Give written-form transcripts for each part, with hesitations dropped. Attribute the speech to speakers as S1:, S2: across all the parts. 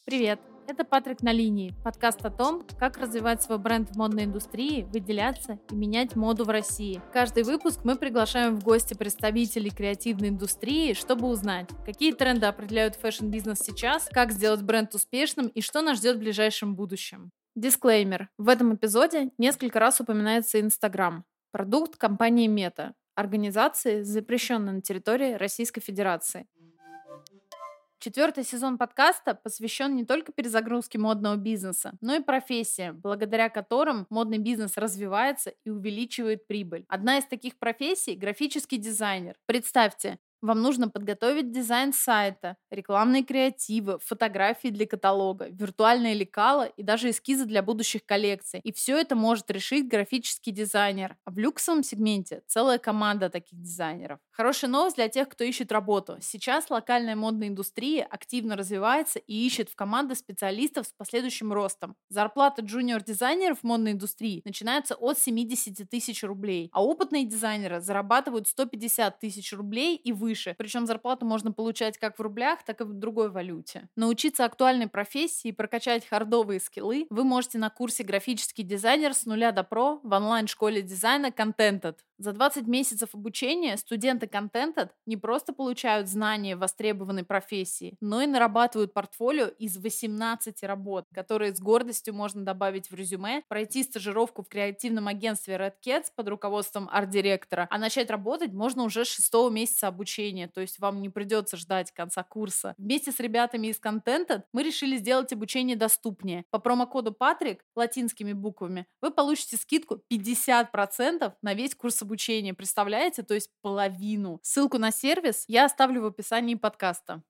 S1: Привет! Это Патрик на линии, подкаст о том, как развивать свой бренд в модной индустрии, выделяться и менять моду в России. Каждый выпуск мы приглашаем в гости представителей креативной индустрии, чтобы узнать, какие тренды определяют фэшн-бизнес сейчас, как сделать бренд успешным и что нас ждет в ближайшем будущем. Дисклеймер. В этом эпизоде несколько раз упоминается Инстаграм, продукт компании Мета, организации, запрещенной на территории Российской Федерации. Четвертый сезон подкаста посвящен не только перезагрузке модного бизнеса, но и профессиям, благодаря которым модный бизнес развивается и увеличивает прибыль. Одна из таких профессий – графический дизайнер. Представьте, вам нужно подготовить дизайн сайта, рекламные креативы, фотографии для каталога, виртуальные лекала и даже эскизы для будущих коллекций. И все это может решить графический дизайнер. А в люксовом сегменте целая команда таких дизайнеров. Хорошая новость для тех, кто ищет работу. Сейчас локальная модная индустрия активно развивается и ищет в команды специалистов с последующим ростом. Зарплата джуниор-дизайнеров в модной индустрии начинается от 70 тысяч рублей, а опытные дизайнеры зарабатывают 150 тысяч рублей и выше. Причем зарплату можно получать как в рублях, так и в другой валюте. Научиться актуальной профессии и прокачать хардовые скиллы вы можете на курсе «Графический дизайнер с нуля до про» в онлайн-школе дизайна Contented. За 20 месяцев обучения студенты Contented не просто получают знания востребованной профессии, но и нарабатывают портфолио из 18 работ, которые с гордостью можно добавить в резюме, пройти стажировку в креативном агентстве Red Cats под руководством арт-директора, а начать работать можно уже с 6-го месяца обучения, то есть вам не придется ждать конца курса. Вместе с ребятами из Contented мы решили сделать обучение доступнее. По промокоду Патрик латинскими буквами вы получите скидку 50% на весь курс обучения. Представляете? То есть половину. Ссылку на сервис я оставлю в описании подкаста.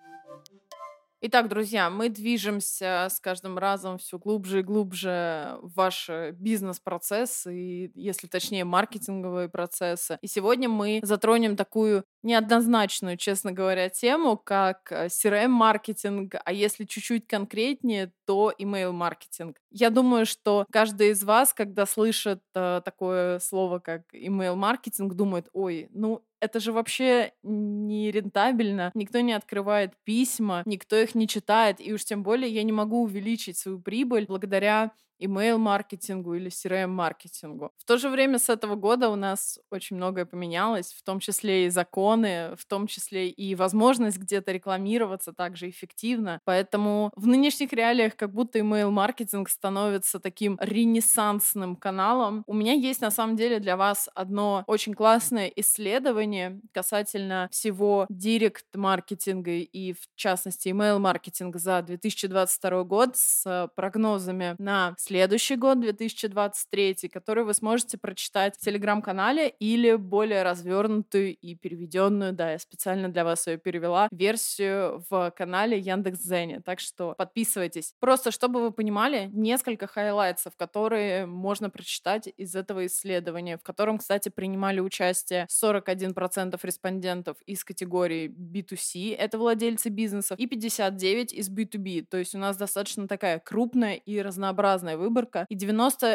S1: Итак, друзья, мы движемся с каждым разом все глубже и глубже в ваш бизнес-процесс, и, если точнее, маркетинговые процессы. И сегодня мы затронем такую неоднозначную, честно говоря, тему, как CRM-маркетинг, а если чуть-чуть конкретнее, то email-маркетинг. Я думаю, что каждый из вас, когда слышит такое слово, как email-маркетинг, думает: ой, ну это же вообще не рентабельно, никто не открывает письма, никто их не читает, и уж тем более я не могу увеличить свою прибыль благодаря email-маркетингу или CRM-маркетингу. В то же время с этого года у нас очень многое поменялось, в том числе и законы, в том числе и возможность где-то рекламироваться также эффективно. Поэтому в нынешних реалиях как будто email-маркетинг становится таким ренессансным каналом. У меня есть на самом деле для вас одно очень классное исследование касательно всего директ-маркетинга и, в частности, email-маркетинга за 2022 год с прогнозами на следующий год, 2023, который вы сможете прочитать в Телеграм-канале или более развернутую и переведенную, да, я специально для вас ее перевела, версию в канале Яндекс.Дзене. Так что подписывайтесь. Просто чтобы вы понимали, несколько хайлайтсов, которые можно прочитать из этого исследования, в котором, кстати, принимали участие 41% респондентов из категории B2C, это владельцы бизнесов, и 59% из B2B. То есть у нас достаточно такая крупная и разнообразная выборка, и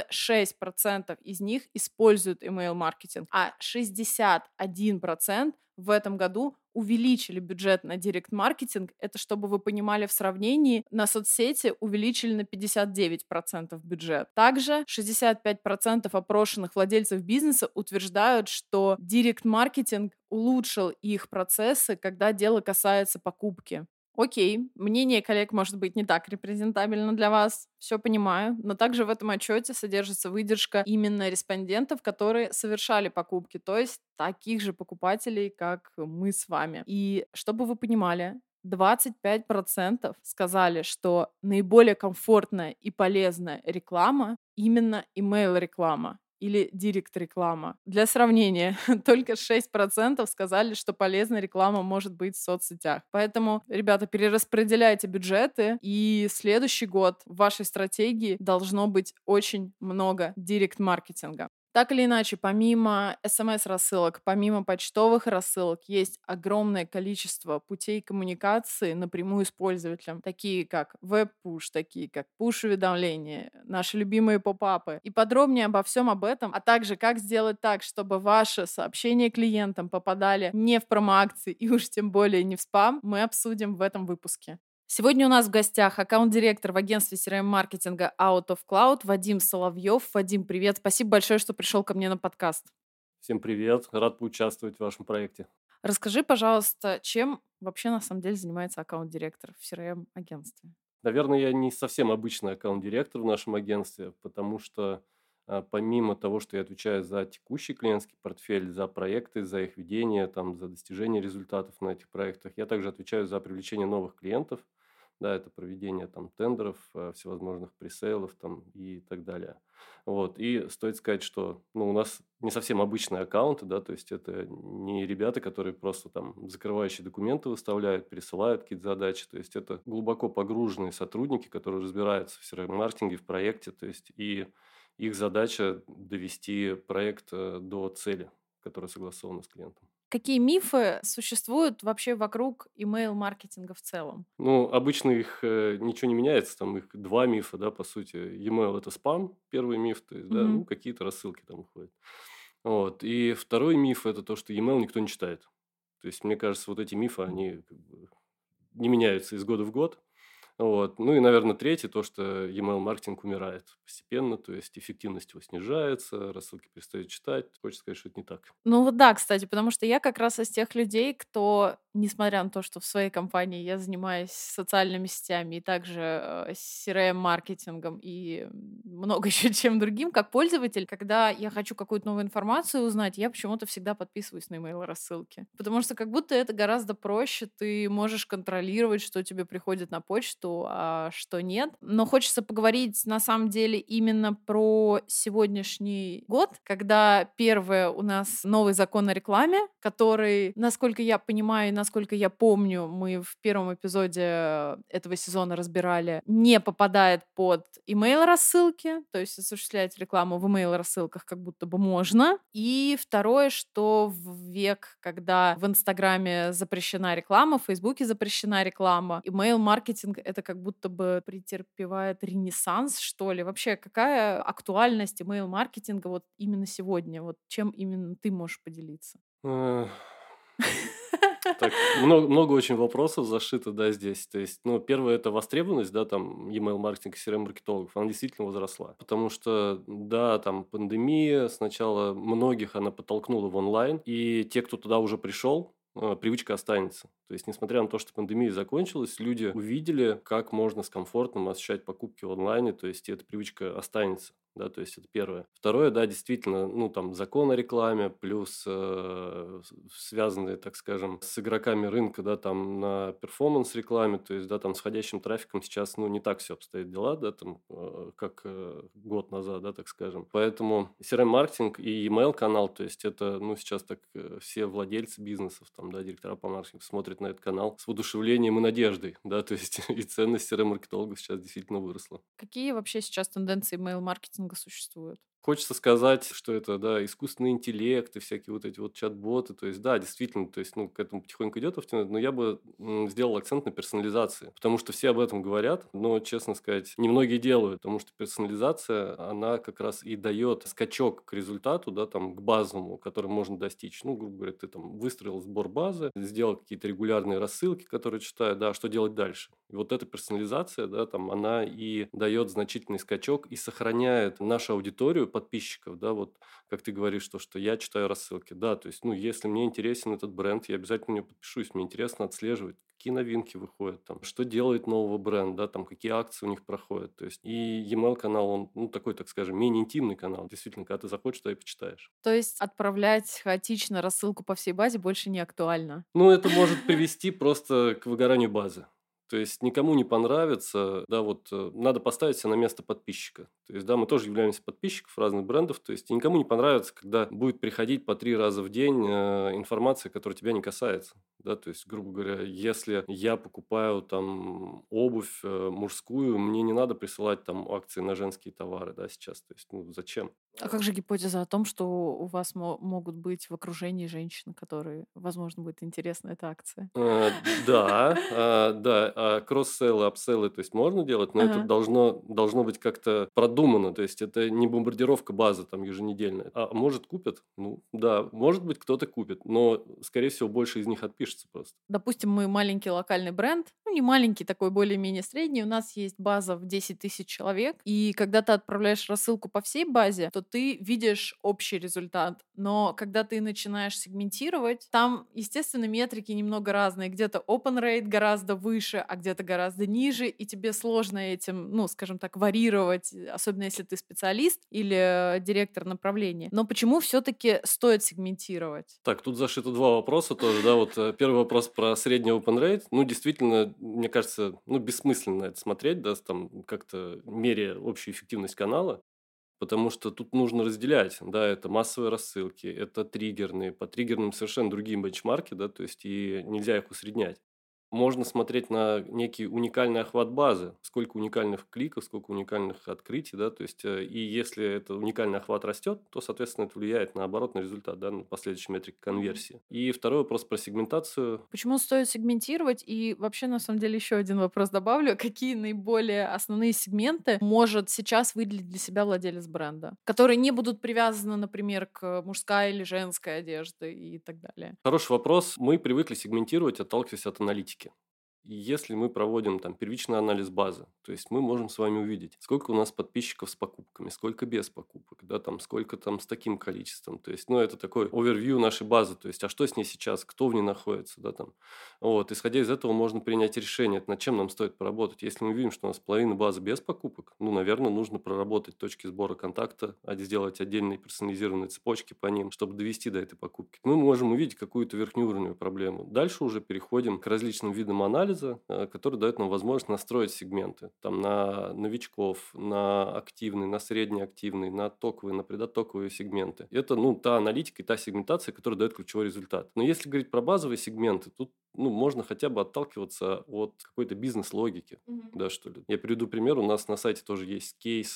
S1: 96% из них используют email-маркетинг, а 61% в этом году увеличили бюджет на директ-маркетинг. Это, чтобы вы понимали, в сравнении на соцсети увеличили на 59% бюджет. Также 65% опрошенных владельцев бизнеса утверждают, что директ-маркетинг улучшил их процессы, когда дело касается покупки. Окей, мнение коллег может быть не так репрезентабельно для вас, все понимаю, но также в этом отчете содержится выдержка именно респондентов, которые совершали покупки, то есть таких же покупателей, как мы с вами. И чтобы вы понимали, 25% сказали, что наиболее комфортная и полезная реклама именно email-реклама или директ-реклама. Для сравнения, только 6% сказали, что полезная реклама может быть в соцсетях. Поэтому, ребята, перераспределяйте бюджеты, и следующий год в вашей стратегии должно быть очень много директ-маркетинга. Так или иначе, помимо СМС-рассылок, помимо почтовых рассылок, есть огромное количество путей коммуникации напрямую с пользователем, такие как веб-пуш, такие как пуш-уведомления, наши любимые поп-апы. И подробнее обо всем об этом, а также как сделать так, чтобы ваши сообщения клиентам попадали не в промо-акции и уж тем более не в спам, мы обсудим в этом выпуске. Сегодня у нас в гостях аккаунт-директор в агентстве CRM-маркетинга Out of Cloud Вадим Соловьев. Вадим, привет. Спасибо большое, что пришел ко мне на подкаст.
S2: Всем привет, рад поучаствовать в вашем проекте.
S1: Расскажи, пожалуйста, чем вообще на самом деле занимается аккаунт-директор в CRM-агентстве?
S2: Наверное, я не совсем обычный аккаунт-директор в нашем агентстве, потому что помимо того, что я отвечаю за текущий клиентский портфель, за проекты, за их ведение, там, за достижение результатов на этих проектах, я также отвечаю за привлечение новых клиентов. Да, это проведение там тендеров, всевозможных пресейлов там и так далее. Вот. И стоит сказать, что у нас не совсем обычные аккаунты, да, то есть это не ребята, которые просто там закрывающие документы выставляют, пересылают какие-то задачи, то есть это глубоко погруженные сотрудники, которые разбираются в CRM-маркетинге, в проекте, то есть и их задача довести проект до цели, которая согласована с клиентом.
S1: Какие мифы существуют вообще вокруг email-маркетинга в целом?
S2: Ну, обычно их ничего не меняется, там их два мифа, да, по сути. E-mail – это спам, первый миф, то есть, да,
S1: Мгм.
S2: какие-то рассылки там уходят. Вот. И второй миф – это то, что e-mail никто не читает. То есть, мне кажется, вот эти мифы, они как бы не меняются из года в год. Вот. Ну и, наверное, третий, то, что email-маркетинг умирает постепенно, то есть эффективность его снижается, рассылки перестают читать. Хочется сказать, что это не так.
S1: Ну вот да, кстати, потому что я как раз из тех людей, кто, несмотря на то, что в своей компании я занимаюсь социальными сетями и также CRM-маркетингом и много еще чем другим, как пользователь, когда я хочу какую-то новую информацию узнать, я почему-то всегда подписываюсь на email рассылки. Потому что как будто это гораздо проще, ты можешь контролировать, что тебе приходит на почту, а что нет. Но хочется поговорить на самом деле именно про сегодняшний год, когда первое у нас новый закон о рекламе, который, насколько я понимаю и насколько я помню, мы в первом эпизоде этого сезона разбирали, не попадает под email рассылки, то есть осуществлять рекламу в email рассылках как будто бы можно. И второе, что в век, когда в Инстаграме запрещена реклама, в Фейсбуке запрещена реклама, email-маркетинг это как будто бы претерпевает ренессанс, что ли. Вообще, какая актуальность email-маркетинга вот именно сегодня? Вот чем именно ты можешь поделиться?
S2: Э, Так, много очень вопросов зашито, да, здесь. То есть, первое – это востребованность, да, там, email-маркетинга, CRM-маркетологов, она действительно возросла. Потому что, да, там, пандемия сначала многих она подтолкнула в онлайн, и те, кто туда уже пришел, привычка останется. То есть, несмотря на то, что пандемия закончилась, люди увидели, как можно с комфортом осуществлять покупки в онлайне, то есть, и эта привычка останется. Да, то есть это первое. Второе, да, действительно, там закон о рекламе, плюс связанные, так скажем, с игроками рынка, да, там на перформанс-рекламе, то есть, да, там с входящим трафиком сейчас, не так все обстоит дела, да, там, как год назад, да, так скажем. Поэтому CRM-маркетинг и email канал, то есть это, сейчас так все владельцы бизнесов, там, да, директора по маркетингу смотрят на этот канал с воодушевлением и надеждой, да, то есть и ценность CRM-маркетологов сейчас действительно выросла.
S1: Какие вообще сейчас тенденции email-маркетинга существуют?
S2: Хочется сказать, что это, да, искусственный интеллект и всякие вот эти вот чат-боты. То есть, да, действительно, то есть, к этому потихоньку идет автомат, но я бы сделал акцент на персонализации, потому что все об этом говорят, но, честно сказать, немногие делают, потому что персонализация, она как раз и дает скачок к результату, да, там, к базовому, который можно достичь. Ну, грубо говоря, ты там выстроил сбор базы, сделал какие-то регулярные рассылки, которые читают, да, что делать дальше? И вот эта персонализация, да, там, она и дает значительный скачок и сохраняет нашу аудиторию подписчиков, да, вот как ты говоришь, что я читаю рассылки, да, то есть, если мне интересен этот бренд, я обязательно на него подпишусь, мне интересно отслеживать, какие новинки выходят, там, что делает нового бренда, да, там, какие акции у них проходят, то есть, и e-mail канал, он, такой, так скажем, менее интимный канал, действительно, когда ты захочешь, туда и почитаешь.
S1: То есть отправлять хаотично рассылку по всей базе больше не актуально.
S2: Ну, это может привести просто к выгоранию базы. То есть никому не понравится, да, вот надо поставить себя на место подписчика. То есть, да, мы тоже являемся подписчиков разных брендов, то есть и никому не понравится, когда будет приходить по 3 раза в день информация, которая тебя не касается. Да, то есть, грубо говоря, если я покупаю там обувь мужскую, мне не надо присылать там акции на женские товары, да, сейчас. То есть, зачем?
S1: А как же гипотеза о том, что у вас могут быть в окружении женщины, которые, возможно, будет интересна эта акция?
S2: Да, да, кросс-селлы, апселлы, то есть можно делать, но это
S1: Ага.
S2: должно быть как-то продумано, то есть это не бомбардировка базы там еженедельная. А может купят? Ну да, может быть кто-то купит, но, скорее всего, больше из них отпишется просто.
S1: Допустим, мы маленький локальный бренд, ну не маленький, такой более-менее средний, у нас есть база в 10 тысяч человек, и когда ты отправляешь рассылку по всей базе, то ты видишь общий результат. Но когда ты начинаешь сегментировать, там, естественно, метрики немного разные. Где-то open rate гораздо выше, а где-то гораздо ниже, и тебе сложно этим, ну, скажем так, варьировать, особенно если ты специалист или директор направления. Но почему все-таки стоит сегментировать?
S2: Так, тут зашито два вопроса тоже, да, вот первый вопрос про средний open rate. Ну, действительно, мне кажется, ну, бессмысленно это смотреть, да, там как-то меряя общую эффективность канала. Потому что тут нужно разделять, да, это массовые рассылки, это триггерные, по триггерным совершенно другие бенчмарки, да, то есть и нельзя их усреднять. Можно смотреть на некий уникальный охват базы, сколько уникальных кликов, сколько уникальных открытий, да, то есть и если это уникальный охват растет, то, соответственно, это влияет на оборотный результат, да, на последующий метрик
S1: Мгм.
S2: конверсии. И второй вопрос про сегментацию.
S1: Почему стоит сегментировать? И вообще, на самом деле, еще один вопрос добавлю. Какие наиболее основные сегменты может сейчас выделить для себя владелец бренда, которые не будут привязаны, например, к мужской или женской одежде и так далее?
S2: Хороший вопрос. Мы привыкли сегментировать, отталкиваясь от аналитики. И если мы проводим там первичный анализ базы, то есть мы можем с вами увидеть, сколько у нас подписчиков с покупками, сколько без покупок, да, там, сколько там с таким количеством. То есть, ну, это такой овервью нашей базы, то есть, а что с ней сейчас, кто в ней находится, да, там. Вот, исходя из этого можно принять решение, над чем нам стоит поработать. Если мы видим, что у нас половина базы без покупок, ну, наверное, нужно проработать точки сбора контакта, сделать отдельные персонализированные цепочки по ним, чтобы довести до этой покупки. Мы можем увидеть какую-то верхнеуровневую проблему. Дальше уже переходим к различным видам анализа, который дает нам возможность настроить сегменты. Там на новичков, на активный, на среднеактивный, на токовые, на предотоковые сегменты. Это, ну, та аналитика и та сегментация, которая дает ключевой результат. Но если говорить про базовые сегменты, тут, ну, можно хотя бы отталкиваться от какой-то бизнес-логики. Да, что ли. Я приведу пример. У нас на сайте тоже есть кейс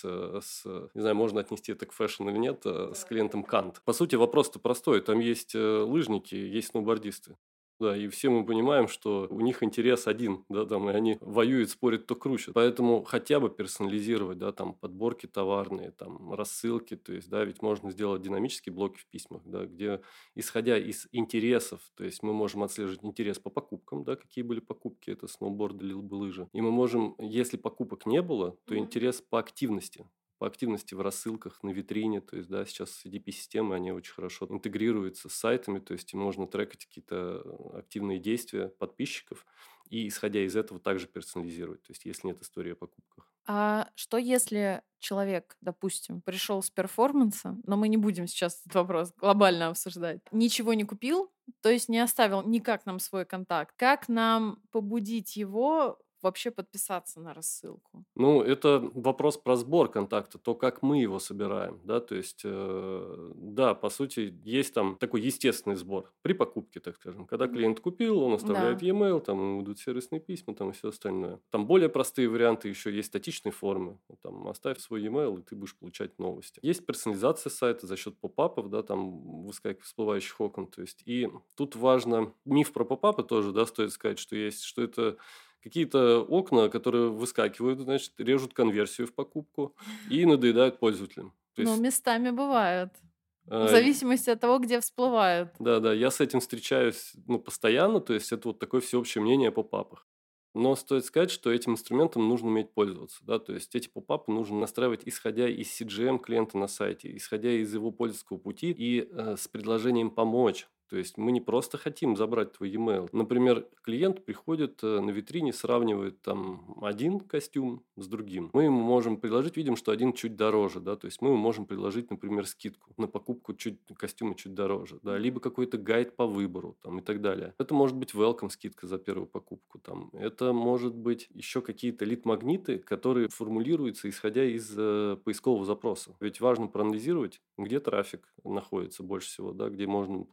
S2: не знаю, можно отнести это к фэшн или нет, с клиентом Кант. По сути, вопрос-то простой. Там есть лыжники, есть сноубордисты. Да, и все мы понимаем, что у них интерес один, да, там, и они воюют, спорят, кто круче. Поэтому хотя бы персонализировать, да, там, подборки товарные, там, рассылки, то есть, да, ведь можно сделать динамические блоки в письмах, да, где, исходя из интересов, то есть, мы можем отслеживать интерес по покупкам, да, какие были покупки, это сноуборд или лыжи. И мы можем, если покупок не было, то интерес по активности в рассылках, на витрине. То есть, да, сейчас CDP-системы, они очень хорошо интегрируются с сайтами, то есть, и можно трекать какие-то активные действия подписчиков и, исходя из этого, также персонализировать, то есть, если нет истории о покупках.
S1: А что если человек, допустим, пришел с перформанса, но мы не будем сейчас этот вопрос глобально обсуждать, ничего не купил, то есть не оставил никак нам свой контакт. Как нам побудить его вообще подписаться на рассылку?
S2: Ну, это вопрос про сбор контакта, то, как мы его собираем, да, то есть, да, по сути, есть там такой естественный сбор при покупке, так скажем. Когда
S1: Мгм.
S2: клиент купил, он оставляет
S1: Да.
S2: e-mail, там ему идут сервисные письма, там и все остальное. Там более простые варианты еще есть статичные формы, там оставь свой e-mail, и ты будешь получать новости. Есть персонализация сайта за счет попапов, да, там всплывающих окон, то есть, и тут важно, миф про попапы тоже, да, стоит сказать, что есть, что это какие-то окна, которые выскакивают, значит, режут конверсию в покупку и надоедают пользователям. То
S1: Ну,
S2: есть,
S1: местами бывает. В
S2: э,
S1: зависимости от того, где всплывают.
S2: да-да, я с этим встречаюсь, ну, постоянно, то есть это вот такое всеобщее мнение о попапах. Но стоит сказать, что этим инструментом нужно уметь пользоваться, да, то есть эти попапы нужно настраивать, исходя из CGM клиента на сайте, исходя из его пользовательского пути и с предложением помочь. То есть мы не просто хотим забрать твой e-mail. Например, клиент приходит на витрине, сравнивает там один костюм с другим. Мы ему можем предложить, видим, что один чуть дороже, да, то есть мы ему можем предложить, например, скидку на покупку костюма чуть дороже, да, либо какой-то гайд по выбору там, и так далее. Это может быть welcome скидка за первую покупку, там. Это может быть еще какие-то лид-магниты, которые формулируются исходя из поискового запроса. Ведь важно проанализировать, где трафик находится больше всего, да, где можно получить охват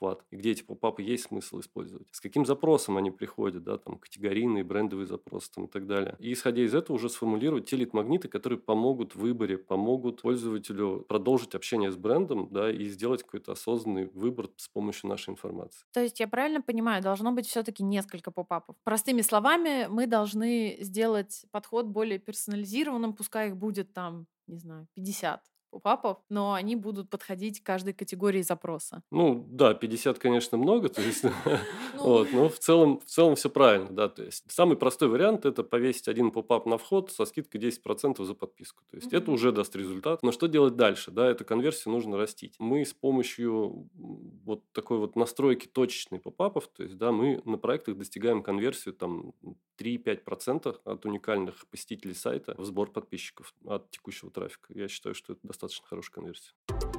S2: охват, и где эти попапы есть смысл использовать, с каким запросом они приходят, да, там, категорийные, брендовые запросы там, и так далее. И исходя из этого уже сформулировать те лид-магниты, которые помогут в выборе, помогут пользователю продолжить общение с брендом, да, и сделать какой-то осознанный выбор с помощью нашей информации.
S1: То есть я правильно понимаю, должно быть все-таки несколько попапов. Простыми словами, мы должны сделать подход более персонализированным, пускай их будет там, не знаю, 50 попапов, но они будут подходить к каждой категории запроса.
S2: Ну да, 50, конечно, много, то есть,
S1: Ну,
S2: вот, но в целом все правильно, да, то есть самый простой вариант – это повесить один попап на вход со скидкой 10% за подписку, то есть это
S1: мгм.
S2: уже даст результат, но что делать дальше, да, эту конверсию нужно растить. Мы с помощью вот такой вот настройки точечной попапов, то есть, да, мы на проектах достигаем конверсию там 3-5% от уникальных посетителей сайта в сбор подписчиков от текущего трафика. Я считаю, что это достаточно хорошая конверсия.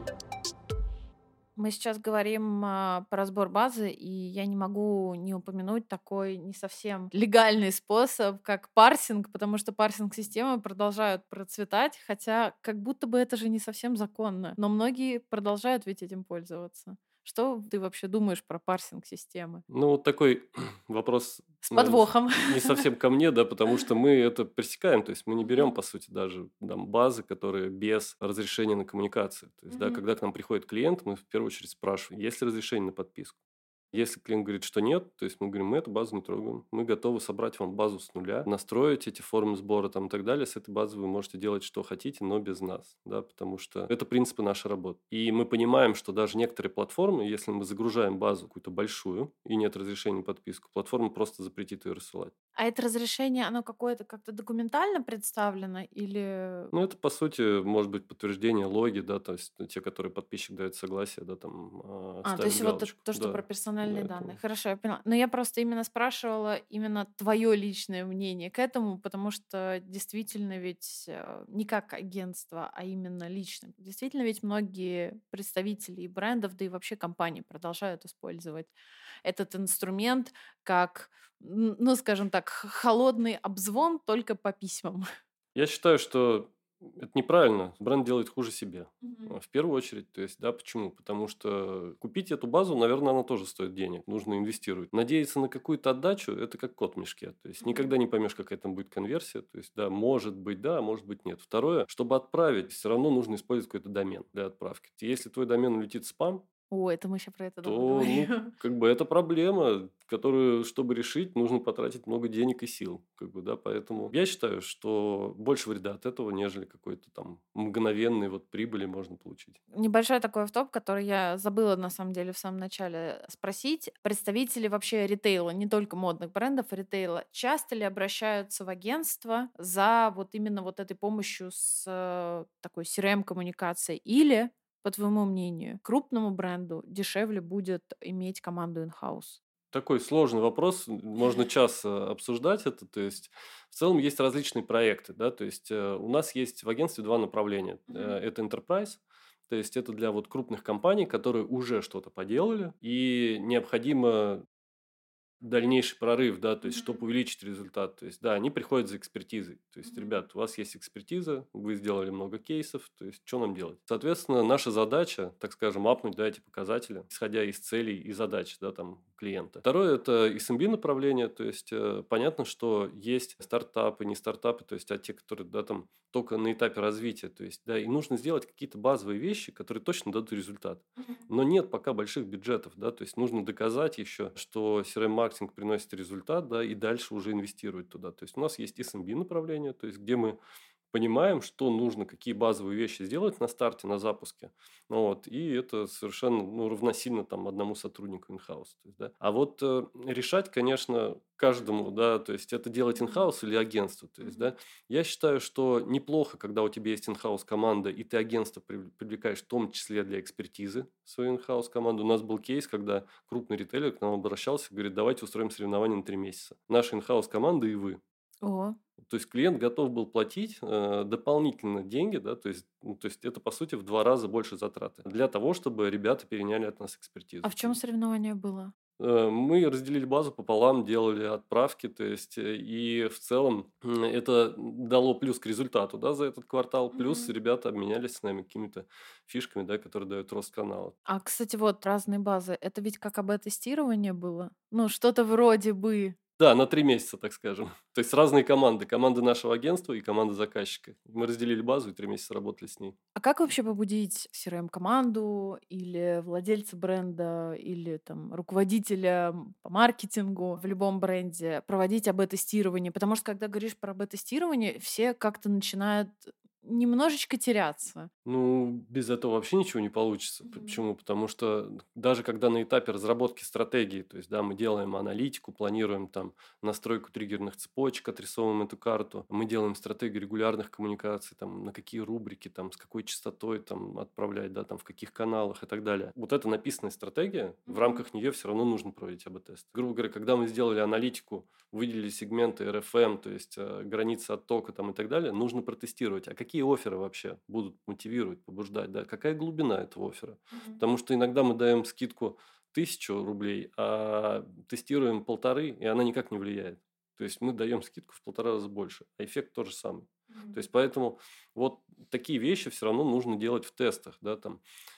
S1: Мы сейчас говорим про сбор базы, и я не могу не упомянуть такой не совсем легальный способ, как парсинг, потому что парсинг-системы продолжают процветать, хотя как будто бы это же не совсем законно, но многие продолжают ведь этим пользоваться. Что ты вообще думаешь про парсинг-системы?
S2: Ну, вот такой вопрос,
S1: С
S2: наверное,
S1: подвохом.
S2: не совсем ко мне, да, потому что мы это пресекаем, то есть мы не берем,
S1: Мгм.
S2: по сути, даже там базы, которые без разрешения на коммуникацию. То есть, да,
S1: Мгм.
S2: когда к нам приходит клиент, мы в первую очередь спрашиваем, есть ли разрешение на подписку. Если клиент говорит, что нет, то есть мы говорим, мы эту базу не трогаем, мы готовы собрать вам базу с нуля, настроить эти формы сбора там и так далее. С этой базы вы можете делать, что хотите, но без нас, да, потому что это принципы нашей работы. И мы понимаем, что даже некоторые платформы, если мы загружаем базу какую-то большую и нет разрешения на подписку, платформа просто запретит ее рассылать.
S1: А это разрешение, оно какое-то как-то документально представлено или...
S2: Ну, это, по сути, может быть подтверждение логи, да, то есть те, которые подписчик дает согласие, да, там
S1: То
S2: ставит
S1: есть вот
S2: галочку.
S1: то, что про
S2: Да, да,
S1: персональные данные.
S2: это
S1: Хорошо, я поняла. Но я просто именно спрашивала именно твое личное мнение к этому, потому что действительно ведь не как агентство, а именно лично. Действительно ведь многие представители и брендов, да и вообще компаний продолжают использовать этот инструмент как, ну, скажем так, холодный обзвон только по письмам.
S2: Я считаю, что это неправильно. Бренд делает хуже себе.
S1: Мгм.
S2: В первую очередь, то есть, да, почему? Потому что купить эту базу, наверное, она тоже стоит денег, нужно инвестировать. Надеяться на какую-то отдачу – это как кот в мешке, то есть
S1: Мгм.
S2: никогда не поймешь, какая там будет конверсия, то есть, да, а может быть нет. Второе, чтобы отправить, все равно нужно использовать какой-то домен для отправки. Если твой домен улетит в спам,
S1: О, это мы еще про это дома
S2: то, ну,
S1: говорим.
S2: как бы это проблема, которую, чтобы решить, нужно потратить много денег и сил, как бы, да, поэтому я считаю, что больше вреда от этого, нежели какой-то там мгновенной вот прибыли можно получить.
S1: Небольшой такой автоп, который я забыла на самом деле в самом начале спросить. Представители вообще ритейла, не только модных брендов, а ритейла, часто ли обращаются в агентство за вот именно вот этой помощью с такой CRM-коммуникацией? Или, по твоему мнению, крупному бренду дешевле будет иметь команду in-house?
S2: Такой сложный вопрос, можно час обсуждать это, то есть в целом есть различные проекты, да, то есть у нас есть в агентстве два направления.
S1: Мгм.
S2: Это enterprise, то есть это для вот крупных компаний, которые уже что-то поделали, и необходимо дальнейший прорыв, да, то есть
S1: Мгм.
S2: чтобы увеличить результат. То есть, да, они приходят за экспертизой. То есть,
S1: Мгм.
S2: ребят, у вас есть экспертиза, вы сделали много кейсов, то есть, что нам делать? Соответственно, наша задача, так скажем, апнуть, да, эти показатели, исходя из целей и задач, да, там, клиента. Второе – это SMB направление, то есть, понятно, что есть стартапы, не стартапы, то есть, а те, которые, да, там, только на этапе развития, то есть, да, и нужно сделать какие-то базовые вещи, которые точно дадут результат.
S1: Мгм.
S2: Но нет пока больших бюджетов, да, то есть нужно доказать еще, что CRM-маркетинг приносит результат, да, и дальше уже инвестировать туда. То есть у нас есть SMB направление, то есть где мы понимаем, что нужно, какие базовые вещи сделать на старте, на запуске. Ну вот, и это совершенно ну, равносильно там, одному сотруднику in-house. То есть, да. А вот решать, конечно, каждому, да, то есть это делать
S1: Мгм.
S2: in-house или агентство. То есть,
S1: Мгм.
S2: да, я считаю, что неплохо, когда у тебя есть in-house команда, и ты агентство привлекаешь в том числе для экспертизы свою in-house команду. У нас был кейс, когда крупный ритейлер к нам обращался и говорит, давайте устроим соревнования на 3 месяца. Наша in-house команда и вы.
S1: О,
S2: То есть клиент готов был платить дополнительно деньги, да, то есть, ну, то есть это по сути в 2 раза больше затраты для того, чтобы ребята переняли от нас
S1: а
S2: экспертизу.
S1: в чем соревнование было?
S2: Мы разделили базу пополам, делали отправки, то есть, и в целом это дало плюс к результату, да, за этот квартал, плюс
S1: Мгм.
S2: ребята обменялись с нами какими-то фишками, да, которые дают рост канала.
S1: А, кстати, вот разные базы. Это ведь как АБ-тестирование было? Ну, что-то вроде бы.
S2: Да, на 3 месяца, так скажем. То есть разные команды. Команда нашего агентства и команда заказчика. Мы разделили базу и 3 месяца работали с ней.
S1: А как вообще побудить CRM-команду или владельца бренда, или там руководителя по маркетингу в любом бренде проводить АБ-тестирование? Потому что когда говоришь про АБ-тестирование, все как-то начинают немножечко теряться.
S2: Ну, без этого вообще ничего не получится.
S1: Мгм.
S2: Почему? Потому что даже когда на этапе разработки стратегии, то есть, да, мы делаем аналитику, планируем там настройку триггерных цепочек, отрисовываем эту карту, мы делаем стратегию регулярных коммуникаций, там, на какие рубрики, там, с какой частотой там отправлять, да, там, в каких каналах и так далее. Вот эта написанная стратегия, в
S1: Мгм.
S2: рамках нее все равно нужно проводить АБ-тест. Грубо говоря, когда мы сделали аналитику, выделили сегменты РФМ, то есть границы оттока там и так далее, нужно протестировать. А какие офферы вообще будут мотивировать, побуждать, да? Какая глубина этого оффера?
S1: Мгм.
S2: Потому что иногда мы даем скидку 1000 рублей, а тестируем 1500, и она никак не влияет. То есть мы даем скидку в 1,5 раза больше, а эффект тот же самый. То
S1: Мгм.
S2: есть поэтому вот такие вещи все равно нужно делать в тестах, да, там.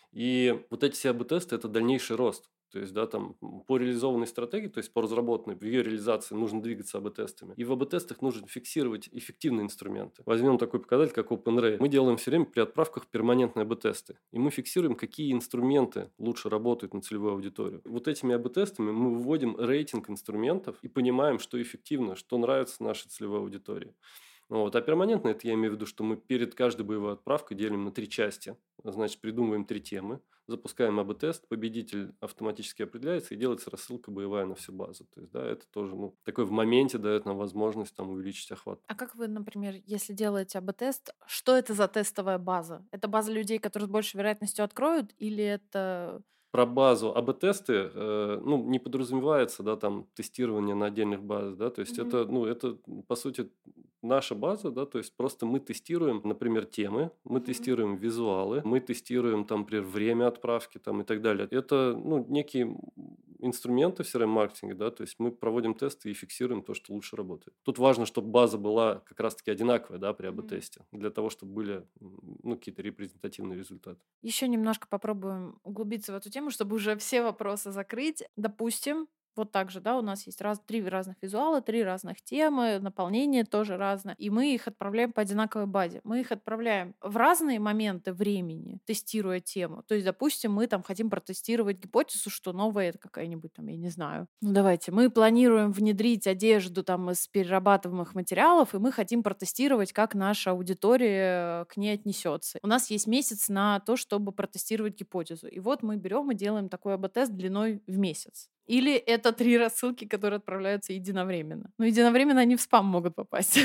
S2: И вот эти все АБ-тесты– это дальнейший рост. То есть, да, там по реализованной стратегии, то есть по разработанной, в ее реализации нужно двигаться АБ-тестами. И в АБ-тестах нужно фиксировать эффективные инструменты. Возьмем такой показатель, как OpenRay. Мы делаем все время при отправках перманентные АБ-тесты. И мы фиксируем, какие инструменты лучше работают на целевую аудиторию. Вот этими АБ-тестами мы выводим рейтинг инструментов и понимаем, что эффективно, что нравится нашей целевой аудитории. Вот. А перманентно это я имею в виду, что мы перед каждой боевой отправкой делим на 3 части. Значит, придумываем 3 темы, запускаем АБ-тест, победитель автоматически определяется и делается рассылка боевая на всю базу. То есть, да, это тоже, ну, такой в моменте дает нам возможность там увеличить охват.
S1: А как вы, например, если делаете АБ-тест, что это за тестовая база? Это база людей, которые с большей вероятностью откроют, или это...
S2: Про базу АБ-тесты, ну, не подразумевается, да, там, тестирование на отдельных базах, да, то есть
S1: Мгм.
S2: это, ну, это, по сути, наша база, да, то есть просто мы тестируем, например, темы, мы
S1: Мгм.
S2: тестируем визуалы, мы тестируем, там, например, время отправки, там, и так далее. Это, ну, некие инструменты в CRM-маркетинге, да, то есть мы проводим тесты и фиксируем то, что лучше работает. Тут важно, чтобы база была как раз-таки одинаковая, да, при
S1: Мгм.
S2: АБ-тесте, для того, чтобы были, ну, какие-то репрезентативные результаты.
S1: Еще немножко попробуем углубиться в эту тему, чтобы уже все вопросы закрыть. Допустим, вот так же, да, у нас есть три разных визуала, три разных темы, наполнение тоже разное, и мы их отправляем по одинаковой базе. Мы их отправляем в разные моменты времени, тестируя тему. То есть, допустим, мы там хотим протестировать гипотезу, что новая это какая-нибудь там, я не знаю. Ну, давайте, мы планируем внедрить одежду там из перерабатываемых материалов, и мы хотим протестировать, как наша аудитория к ней отнесется. У нас есть месяц на то, чтобы протестировать гипотезу. И вот мы берем и делаем такой АБ-тест длиной в месяц. Или это 3 рассылки, которые отправляются единовременно. Но единовременно они в спам могут попасть.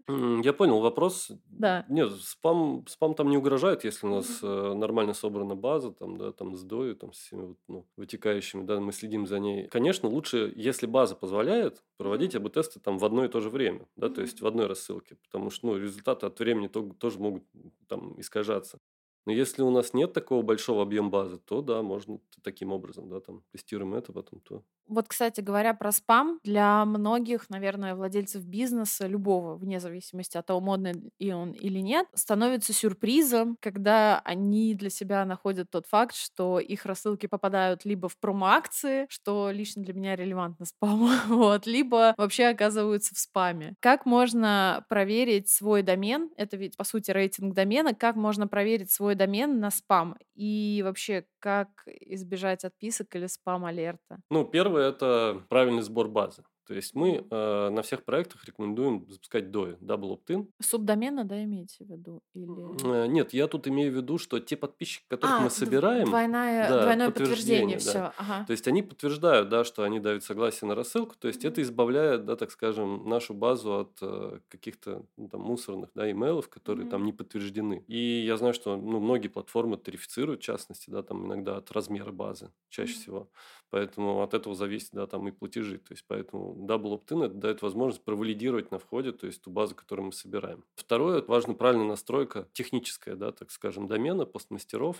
S2: Я понял вопрос.
S1: Да.
S2: Нет, спам там не угрожает, если у нас
S1: Мгм.
S2: нормально собрана база, там, да, там с DOI, там, с всеми вот, ну, вытекающими, да, мы следим за ней. Конечно, лучше, если база позволяет,
S1: Мгм.
S2: проводить АБ-тесты там в одно и то же время, да, то
S1: Мгм.
S2: есть в одной рассылке, потому что, ну, результаты от времени тоже могут там искажаться. Но если у нас нет такого большого объема базы, то да, можно таким образом, да, там тестируем это, потом то.
S1: Вот, кстати говоря, про спам. Для многих, наверное, владельцев бизнеса, любого, вне зависимости от того, модный и он или нет, становится сюрпризом, когда они для себя находят тот факт, что их рассылки попадают либо в промо-акции, что лично для меня релевантно спаму, вот, либо вообще оказываются в спаме. Как можно проверить свой домен? Это ведь, по сути, рейтинг домена. Как можно проверить свой домен на спам? И вообще, как избежать отписок или спам-алерта?
S2: Ну, первое– это правильный сбор базы. То есть мы
S1: Мгм.
S2: на всех проектах рекомендуем запускать DOI, Double Opt-in.
S1: Субдомена, да, имеете в виду? Или...
S2: Нет, я тут имею в виду, что те подписчики, которых мы собираем, да,
S1: Двойное подтверждение,
S2: подтверждение, да.
S1: все. Ага.
S2: То есть они подтверждают, да, что они дают согласие на рассылку. То есть это
S1: Мгм.
S2: избавляет, да, так скажем, нашу базу от каких-то ну, там мусорных, да, имейлов, которые
S1: Мгм.
S2: там не подтверждены. И я знаю, что ну, многие платформы тарифицируют, в частности, да, там иногда от размера базы, чаще
S1: Мгм.
S2: всего. Поэтому от этого зависит, да, там и платежи. То есть поэтому Double Opt-in это дает возможность провалидировать на входе, то есть ту базу, которую мы собираем. Второе, это важно правильная настройка техническая, да, так скажем, домена, постмастеров.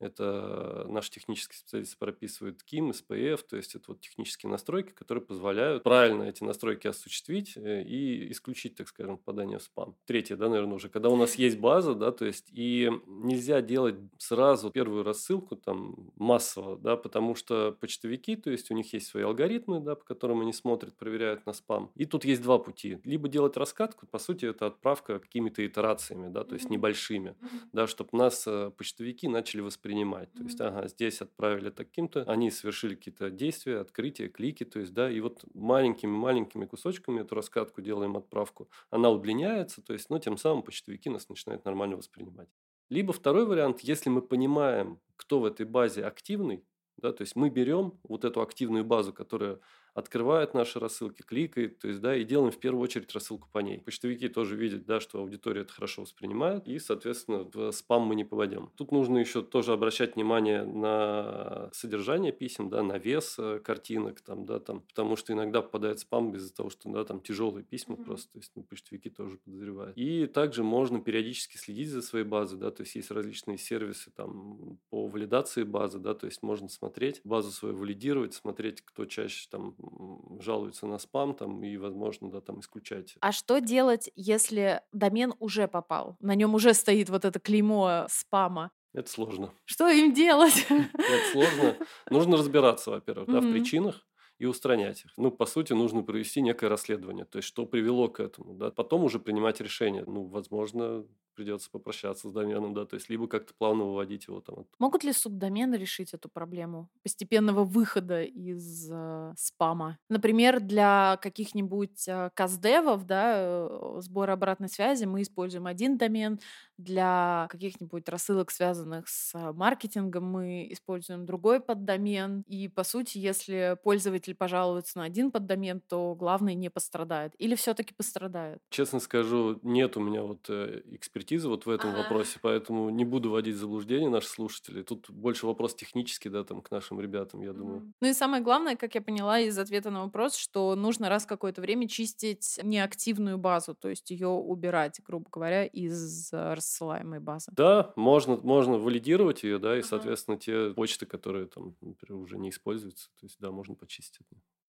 S2: Это наши технические специалисты прописывают KIM, SPF, то есть это вот технические настройки, которые позволяют правильно эти настройки осуществить и исключить, так скажем, попадание в спам. Третье, да, наверное, уже, когда у нас есть база, да, то есть и нельзя делать сразу первую рассылку там массово, да, потому что почтовики, то есть у них есть свои алгоритмы, да, по которым они смотрят, проверяют на спам. И тут есть два пути. Либо делать раскатку, по сути, это отправка какими-то итерациями, да, то есть небольшими, да, чтобы нас почтовики начали воспринимать. То есть, ага, здесь отправили таким-то, они совершили какие-то действия, открытия, клики, то есть, да, и вот маленькими-маленькими кусочками эту раскатку делаем отправку. Она удлиняется, то есть, ну, тем самым почтовики нас начинают нормально воспринимать. Либо второй вариант, если мы понимаем, кто в этой базе активный, да, то есть мы берем вот эту активную базу, которая открывает наши рассылки, кликает, то есть, да, и делаем в первую очередь рассылку по ней. Почтовики тоже видят, да, что аудитория это хорошо воспринимает, и, соответственно, в спам мы не попадем. Тут нужно еще тоже обращать внимание на содержание писем, да, на вес картинок, там, да, там, потому что иногда попадает спам из-за того, что, да, там тяжелые письма просто, то есть, ну, почтовики тоже подозревают. И также можно периодически следить за своей базой, да, то есть есть различные сервисы там по валидации базы, да, то есть можно смотреть базу свою, валидировать, смотреть, кто чаще там жалуется на спам там и, возможно, да, там исключать.
S1: А что делать, если домен уже попал? На нем уже стоит вот это клеймо спама.
S2: Это сложно.
S1: Что им делать?
S2: Это сложно. Нужно разбираться, во-первых, да, в
S1: Мгм.
S2: причинах и устранять их. Ну, по сути, нужно провести некое расследование, то есть что привело к этому, да. Потом уже принимать решение. Ну, возможно, придется попрощаться с доменом, да, то есть либо как-то плавно выводить его там.
S1: Могут ли субдомены решить эту проблему постепенного выхода из спама? Например, для каких-нибудь каздевов, да, сбора обратной связи мы используем один домен, для каких-нибудь рассылок, связанных с маркетингом, мы используем другой поддомен. И, по сути, если пользователь пожалуется на один поддомен, то главный не пострадает. Или все-таки пострадает?
S2: Честно скажу, нет у меня вот экспертизы вот в этом
S1: Ага.
S2: вопросе, поэтому не буду вводить в заблуждение наших слушателей. Тут больше вопрос технический, да, там, к нашим ребятам, я думаю.
S1: Мгм. Ну и самое главное, как я поняла из ответа на вопрос, что нужно раз в какое-то время чистить неактивную базу, то есть ее убирать, грубо говоря, из рассылаемой базы.
S2: Да, можно валидировать ее, да, и,
S1: Ага.
S2: соответственно, те почты, которые там, например, уже не используются, то есть, да, можно почистить.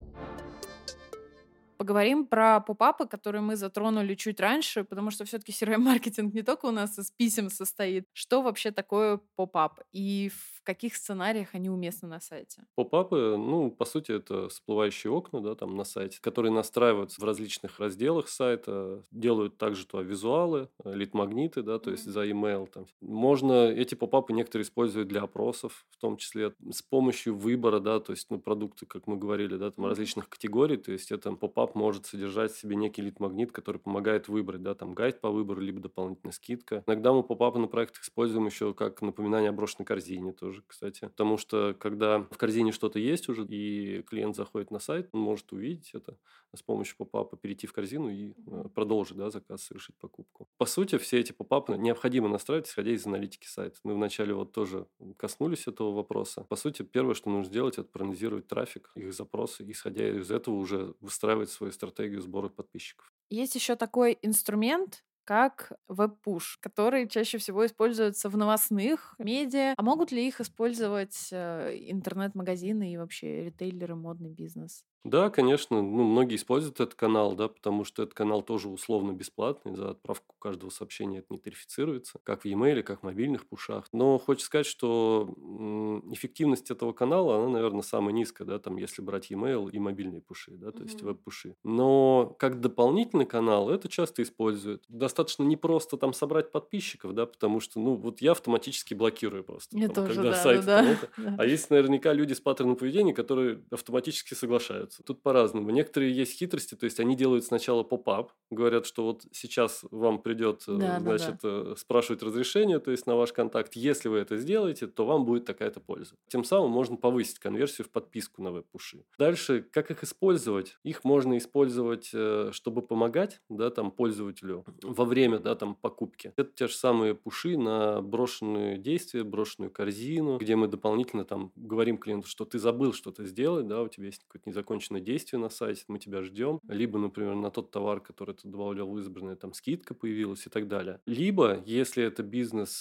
S1: Поговорим про попапы, которые мы затронули чуть раньше, потому что все-таки CRM-маркетинг не только у нас из писем состоит. Что вообще такое попап и в каких сценариях они уместны на сайте?
S2: Попапы, ну, по сути, это всплывающие окна, да, там на сайте, которые настраиваются в различных разделах сайта, делают также то визуалы, лид-магниты, да, то есть за email там. Можно, эти попапы некоторые используют для опросов, в том числе с помощью выбора, да, то есть, ну, продукты, как мы говорили, да, там различных категорий, то есть это попап может содержать в себе некий лид-магнит, который помогает выбрать, да, там гайд по выбору, либо дополнительная скидка. Иногда мы попапы на проектах используем еще как напоминание о брошенной корзине тоже, кстати, потому что когда в корзине что-то есть уже, и клиент заходит на сайт, он может увидеть это с помощью попапа, перейти в корзину и продолжить, да, заказ, совершить покупку. По сути, все эти попапы необходимо настраивать, исходя из аналитики сайта. Мы вначале вот тоже коснулись этого вопроса. По сути, первое, что нужно сделать, это проанализировать трафик, их запросы, и, исходя из этого уже выстраивать свою стратегию сбора подписчиков.
S1: Есть еще такой инструмент, как веб-пуш, который чаще всего используется в новостных медиа. А могут ли их использовать интернет-магазины и вообще ритейлеры, модный бизнес?
S2: Да, конечно, ну, многие используют этот канал, да, потому что этот канал тоже условно бесплатный, за отправку каждого сообщения это не тарифицируется, как в e-mail, как в мобильных пушах. Но хочется сказать, что эффективность этого канала, она, наверное, самая низкая, да, там, если брать e-mail и мобильные пуши, да, то есть веб-пуши. Но как дополнительный канал это часто используют. Достаточно непросто там собрать подписчиков, да, потому что, ну, вот я автоматически блокирую просто,
S1: Я
S2: там,
S1: тоже,
S2: когда
S1: да,
S2: сайт
S1: да,
S2: там
S1: да.
S2: это. А есть наверняка люди с паттерном поведения, которые автоматически соглашаются. Тут по-разному. Некоторые есть хитрости, то есть они делают сначала поп-ап, говорят, что вот сейчас вам придет,
S1: Да, да,
S2: значит,
S1: да.
S2: спрашивать разрешение, то есть на ваш контакт. Если вы это сделаете, то вам будет такая-то польза. Тем самым можно повысить конверсию в подписку на веб-пуши. Дальше, как их использовать? Их можно использовать, чтобы помогать, да, там, пользователю во время, да, там, покупки. Это те же самые пуши на брошенные действия, брошенную корзину, где мы дополнительно там говорим клиенту, что ты забыл что-то сделать, да, у тебя есть какой-то незаконченный закончено действие на сайте, мы тебя ждем. Либо, например, на тот товар, который ты добавлял в избранное, там скидка появилась и так далее. Либо, если это бизнес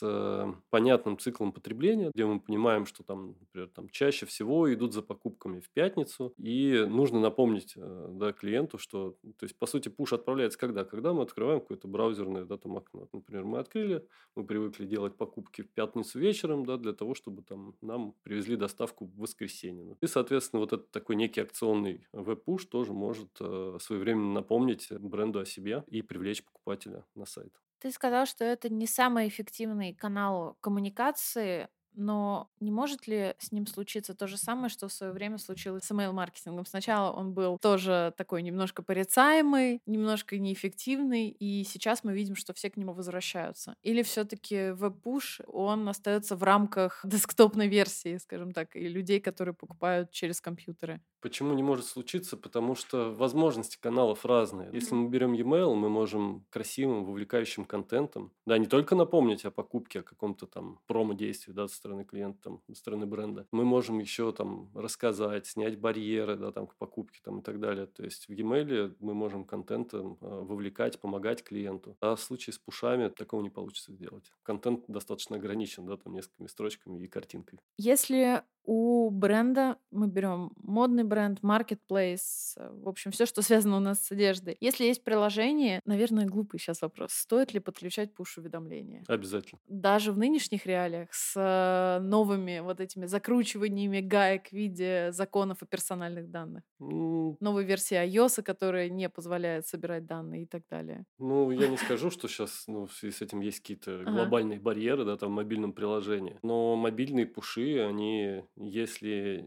S2: с понятным циклом потребления, где мы понимаем, что там, например, там чаще всего идут за покупками в пятницу, и нужно напомнить да, клиенту, что, то есть, по сути, пуш отправляется когда? Когда мы открываем какое-то браузерное да, там окно. Например, мы открыли, мы привыкли делать покупки в пятницу вечером, да, для того, чтобы там нам привезли доставку в воскресенье. И, соответственно, вот этот такой некий акционный веб-пуш тоже может своевременно напомнить бренду о себе и привлечь покупателя на сайт.
S1: Ты сказал, что это не самый эффективный канал коммуникации, но не может ли с ним случиться то же самое, что в свое время случилось с email-маркетингом? Сначала он был тоже такой немножко порицаемый, немножко неэффективный, и сейчас мы видим, что все к нему возвращаются. Или все-таки веб-пуш, он остается в рамках десктопной версии, скажем так, и людей, которые покупают через компьютеры?
S2: Почему не может случиться? Потому что возможности каналов разные. Если мы берем e-mail, мы можем красивым, вовлекающим контентом, да, не только напомнить о покупке, о каком-то там промо-действии, да, со стороны клиента, там, со стороны бренда. Мы можем еще там рассказать, снять барьеры, да, там, к покупке, там, и так далее. То есть в e-mail мы можем контентом вовлекать, помогать клиенту. А в случае с пушами такого не получится сделать. Контент достаточно ограничен, да, там, несколькими строчками и картинкой.
S1: Если у бренда, мы берем модный бренд, marketplace, в общем, все, что связано у нас с одеждой. Если есть приложение, наверное, глупый сейчас вопрос, стоит ли подключать пуш-уведомления?
S2: Обязательно.
S1: Даже в нынешних реалиях с новыми вот этими закручиваниями гаек в виде законов о персональных данных. Новой версии iOS, которая не позволяет собирать данные и так далее.
S2: Ну, я не скажу, что сейчас ну, в связи с этим есть какие-то
S1: Ага.
S2: глобальные барьеры, да, там в мобильном приложении. Но мобильные пуши, они, если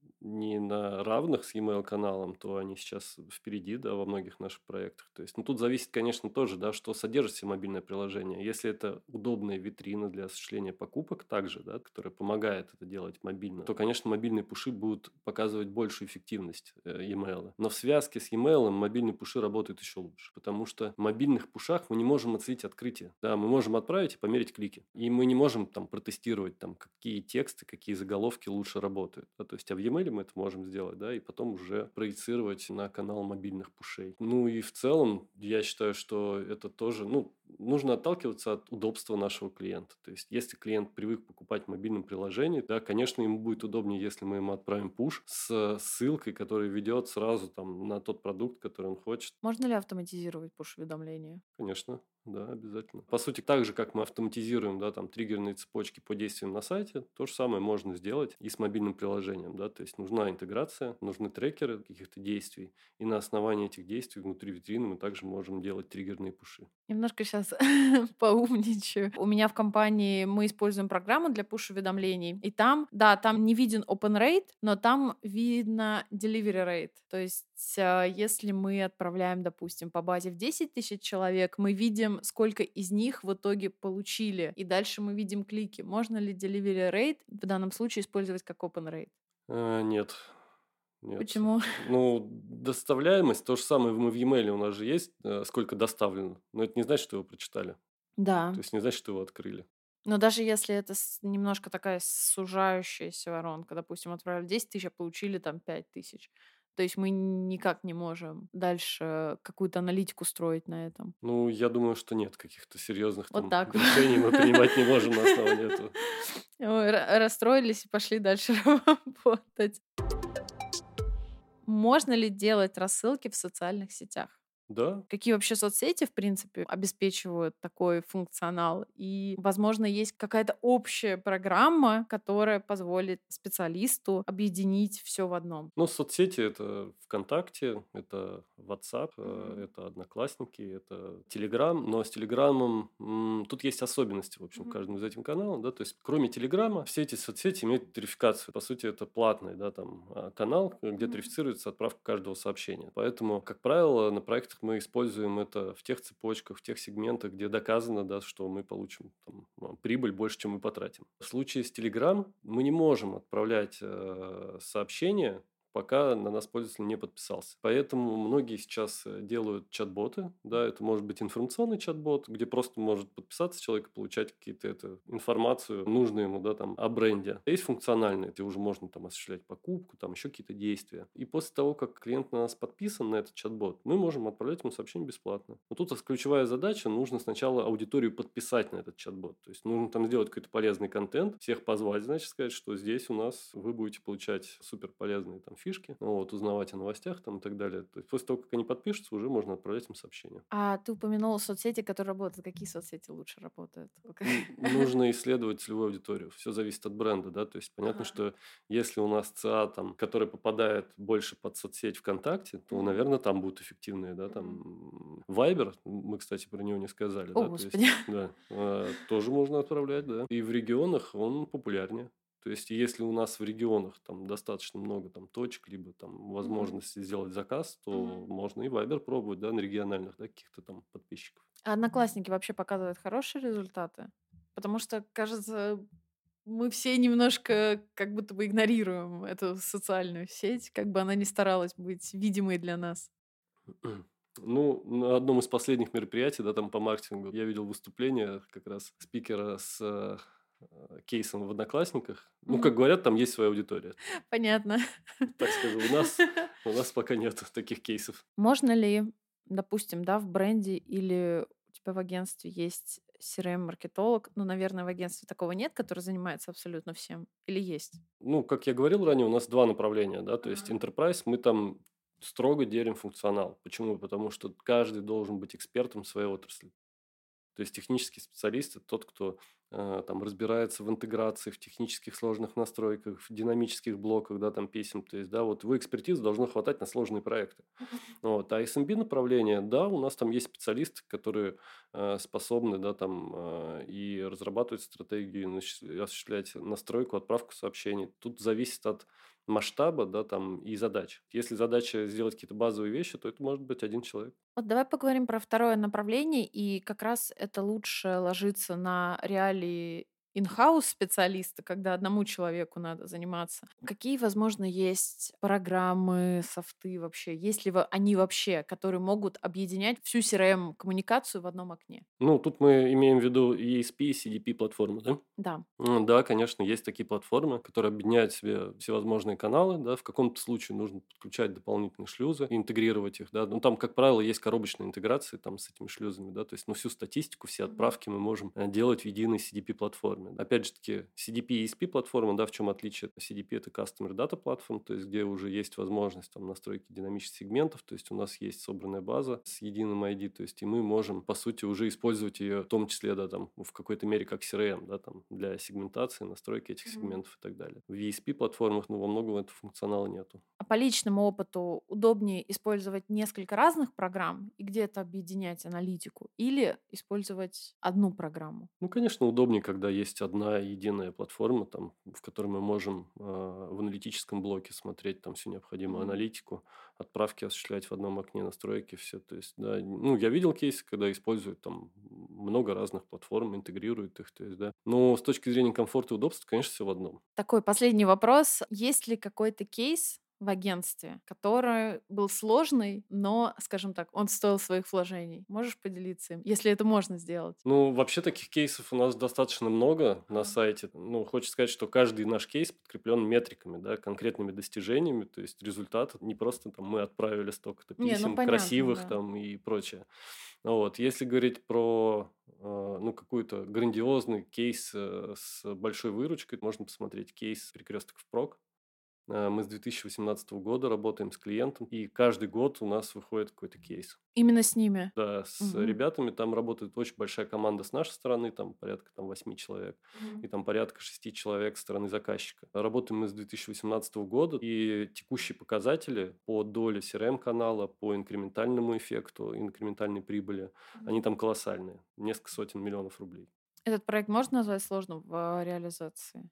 S2: не на равных с e-mail каналом, то они сейчас впереди, да, во многих наших проектах. То есть, ну, тут зависит, конечно, тоже, да, что содержит в себе мобильное приложение. Если это удобная витрина для осуществления покупок также, да, которая помогает это делать мобильно, то, конечно, мобильные пуши будут показывать большую эффективность e-mail. Но в связке с e-mail мобильные пуши работают еще лучше, потому что в мобильных пушах мы не можем отследить открытие. Да, мы можем отправить и померить клики. И мы не можем там протестировать, там, какие тексты, какие заголовки лучше работают. Да, то есть, а в e-mail мы это можем сделать, да, и потом уже проецировать на канал мобильных пушей. Ну и в целом, я считаю, что это тоже, ну, нужно отталкиваться от удобства нашего клиента. То есть, если клиент привык покупать в мобильном приложении, да, конечно, ему будет удобнее, если мы ему отправим пуш с ссылкой, которая ведет сразу там на тот продукт, который он хочет.
S1: Можно ли автоматизировать пуш-уведомления?
S2: Конечно, да, обязательно. По сути, так же, как мы автоматизируем, да, там, триггерные цепочки по действиям на сайте, то же самое можно сделать и с мобильным приложением, да, то есть нужна интеграция, нужны трекеры каких-то действий, и на основании этих действий внутри витрины мы также можем делать триггерные пуши.
S1: Немножко сейчас поумничаю. У меня в компании мы используем программу для пуш-уведомлений. И там, да, там не виден open rate, но там видно delivery rate. То есть если мы отправляем, допустим, по базе в 10 тысяч человек, мы видим, сколько из них в итоге получили. И дальше мы видим клики. Можно ли delivery rate в данном случае использовать как open rate?
S2: Нет. Нет.
S1: Почему?
S2: Ну, доставляемость, то же самое мы в e-mail у нас же есть, сколько доставлено. Но это не значит, что его прочитали.
S1: Да.
S2: То есть не значит, что его открыли.
S1: Но даже если это немножко такая сужающаяся воронка, допустим, отправили 10 тысяч, а получили там 5 тысяч. То есть мы никак не можем дальше какую-то аналитику строить на этом.
S2: Ну, я думаю, что нет каких-то серьезных
S1: Вот
S2: там
S1: так вот.
S2: решений мы принимать не можем на основании этого.
S1: Ой, расстроились и пошли дальше работать. Можно ли делать рассылки в социальных сетях?
S2: Да,
S1: Какие вообще соцсети, в принципе, обеспечивают такой функционал? И, возможно, есть какая-то общая программа, которая позволит специалисту объединить все в одном.
S2: ну, соцсети это ВКонтакте, это WhatsApp, это Одноклассники, это Telegram. Но с Телеграмом тут есть особенности, в общем, каждым из этих каналов. Да? То есть, кроме Телеграма, все эти соцсети имеют тарификацию. По сути, это платный да, там, канал, где тарифицируется отправка каждого сообщения. Поэтому, как правило, на проектах мы используем это в тех цепочках, в тех сегментах, где доказано, да, что мы получим там, прибыль больше, чем мы потратим. В случае с Telegram мы не можем отправлять сообщения пока на нас пользователь не подписался. Поэтому многие сейчас делают чат-боты. Да, это может быть информационный чат-бот, где просто может подписаться человек и получать какие-то информацию, нужную ему, да, там, о бренде. Есть функциональные, где уже можно там осуществлять покупку, там еще какие-то действия. И после того, как клиент на нас подписан, на этот чат-бот, мы можем отправлять ему сообщение бесплатно. Но тут ключевая задача, нужно сначала аудиторию подписать на этот чат-бот. То есть нужно там сделать какой-то полезный контент, всех позвать, значит, сказать, что здесь у нас вы будете получать супер полезные там фишки, вот, узнавать о новостях там и так далее. То есть после того, как они подпишутся, уже можно отправлять им сообщение.
S1: А ты упомянул соцсети, которые работают. Какие соцсети лучше работают?
S2: Нужно исследовать целевую аудиторию. Все зависит от бренда, да. То есть понятно,
S1: Ага.
S2: что если у нас ЦА, там, который попадает больше под соцсеть ВКонтакте, то, наверное, там будут эффективные, да, там Viber, мы, кстати, про него не сказали,
S1: О,
S2: да, то есть,
S1: Господи.
S2: да, тоже можно отправлять, да. И в регионах он популярнее. То есть, если у нас в регионах там достаточно много там точек, либо там возможности сделать заказ, то можно и Viber пробовать, да, на региональных, да, каких-то там подписчиков.
S1: А Одноклассники вообще показывают хорошие результаты? Потому что, кажется, мы все немножко как будто бы игнорируем эту социальную сеть, как бы она ни старалась быть видимой для нас.
S2: Ну, на одном из последних мероприятий, да, там по маркетингу, я видел выступление как раз спикера с кейсом в Одноклассниках. Ну,
S1: Мгм.
S2: как говорят, там есть своя аудитория.
S1: Понятно.
S2: Так скажу, у нас пока нет таких кейсов.
S1: Можно ли, допустим, да, в бренде или у тебя в агентстве есть CRM-маркетолог, ну, наверное, в агентстве такого нет, который занимается абсолютно всем, или есть?
S2: Ну, как я говорил ранее, у нас два направления, да, то есть
S1: Ага.
S2: Enterprise, мы там строго делим функционал. Почему? Потому что каждый должен быть экспертом в своей отрасли. То есть технический специалист – это тот, кто там разбирается в интеграции, в технических сложных настройках, в динамических блоках, да, там писем. То есть, да, вот его экспертизы должно хватать на сложные проекты. Вот. А SMB направление, да, у нас там есть специалисты, которые способны, да, там и разрабатывать стратегии, осуществлять настройку, отправку сообщений. Тут зависит от масштаба, да, там и задач. Если задача сделать какие-то базовые вещи, то это может быть один человек.
S1: Вот давай поговорим про второе направление, и как раз это лучше ложится на реалии in-house специалиста, когда одному человеку надо заниматься. Какие, возможно, есть программы, софты вообще? Есть ли они вообще, которые могут объединять всю CRM-коммуникацию в одном окне?
S2: Ну, тут мы имеем в виду ESP и CDP платформы, да?
S1: Да.
S2: Да, конечно, есть такие платформы, которые объединяют в себе всевозможные каналы, да, в каком-то случае нужно подключать дополнительные шлюзы, интегрировать их, да, ну, там, как правило, есть коробочные интеграции там с этими шлюзами, да, то есть, ну, всю статистику, все отправки мы можем делать в единой CDP-платформе. Опять же таки, CDP и ESP-платформа, да, в чем отличие? CDP – это Customer Data Platform, то есть, где уже есть возможность там настройки динамических сегментов, то есть, у нас есть собранная база с единым ID, то есть, и мы можем, по сути, уже использовать ее, в том числе, да, там, в какой-то мере, как CRM, да, там, для сегментации, настройки этих сегментов и так далее. В ESP-платформах, ну, во многом этого функционала нету.
S1: А по личному опыту удобнее использовать несколько разных программ и где-то объединять аналитику или использовать одну программу?
S2: Ну, конечно, удобнее, когда есть одна единая платформа, там, в которой мы можем в аналитическом блоке смотреть там всю необходимую аналитику, отправки осуществлять в одном окне, настройки, все. То есть, да, ну, я видел кейсы, когда используют там много разных платформ, интегрируют их, то есть, да. Но с точки зрения комфорта и удобства, конечно, все в одном.
S1: Такой последний вопрос. Есть ли какой-то кейс в агентстве, который был сложный, но, скажем так, он стоил своих вложений? Можешь поделиться им, если это можно сделать?
S2: Ну, вообще таких кейсов у нас достаточно много на сайте. Ну, хочется сказать, что каждый наш кейс подкреплен метриками, да, конкретными достижениями, то есть результат не просто там мы отправили столько-то
S1: Не, ну
S2: писем
S1: понятно,
S2: красивых
S1: да.
S2: там и прочее. Вот. Если говорить про ну, какой-то грандиозный кейс с большой выручкой, можно посмотреть кейс «Перекресток впрок». Мы с 2018 года работаем с клиентом, и каждый год у нас выходит какой-то кейс.
S1: Именно с ними.
S2: Да, с
S1: Мгм.
S2: ребятами там работает очень большая команда с нашей стороны, там порядка там 8 человек, и там порядка 6 человек с стороны заказчика. Работаем мы с 2018 года, и текущие показатели по доле CRM-канала, по инкрементальному эффекту, инкрементальной прибыли, они там колоссальные, несколько сотен миллионов рублей.
S1: Этот проект можно назвать сложным в реализации?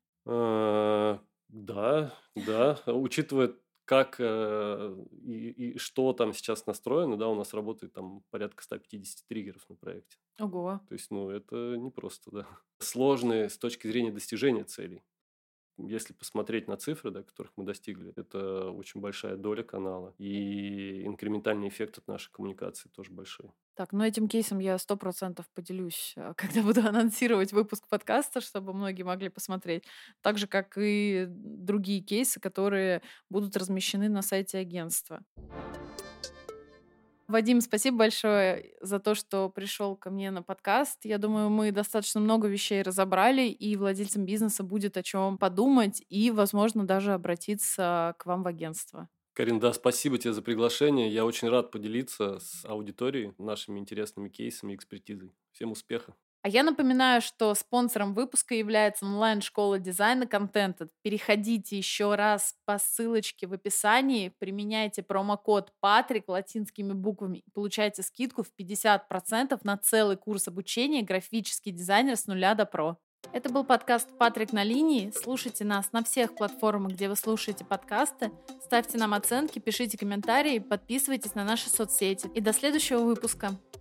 S2: Да, да, учитывая, как и что там сейчас настроено, да, у нас работает там порядка 150 триггеров на проекте.
S1: Ого.
S2: То есть, ну, это непросто, да. Сложные с точки зрения достижения целей. если посмотреть на цифры, да, которых мы достигли, это очень большая доля канала. И инкрементальный эффект от нашей коммуникации тоже большой.
S1: Так, ну этим кейсом я 100% поделюсь, когда буду анонсировать выпуск подкаста, чтобы многие могли посмотреть. Так же, как и другие кейсы, которые будут размещены на сайте агентства. Вадим, спасибо большое за то, что пришел ко мне на подкаст. Я думаю, мы достаточно много вещей разобрали, и владельцам бизнеса будет о чем подумать и, возможно, даже обратиться к вам в агентство.
S2: Карин, да, спасибо тебе за приглашение. Я очень рад поделиться с аудиторией нашими интересными кейсами и экспертизой. Всем успеха!
S1: А я напоминаю, что спонсором выпуска является онлайн-школа дизайна контента. Переходите еще раз по ссылочке в описании, применяйте промокод Патрик латинскими буквами и получайте скидку в 50% на целый курс обучения «Графический дизайнер с нуля до про». Это был подкаст «Патрик на линии». Слушайте нас на всех платформах, где вы слушаете подкасты. Ставьте нам оценки, пишите комментарии, подписывайтесь на наши соцсети. И до следующего выпуска.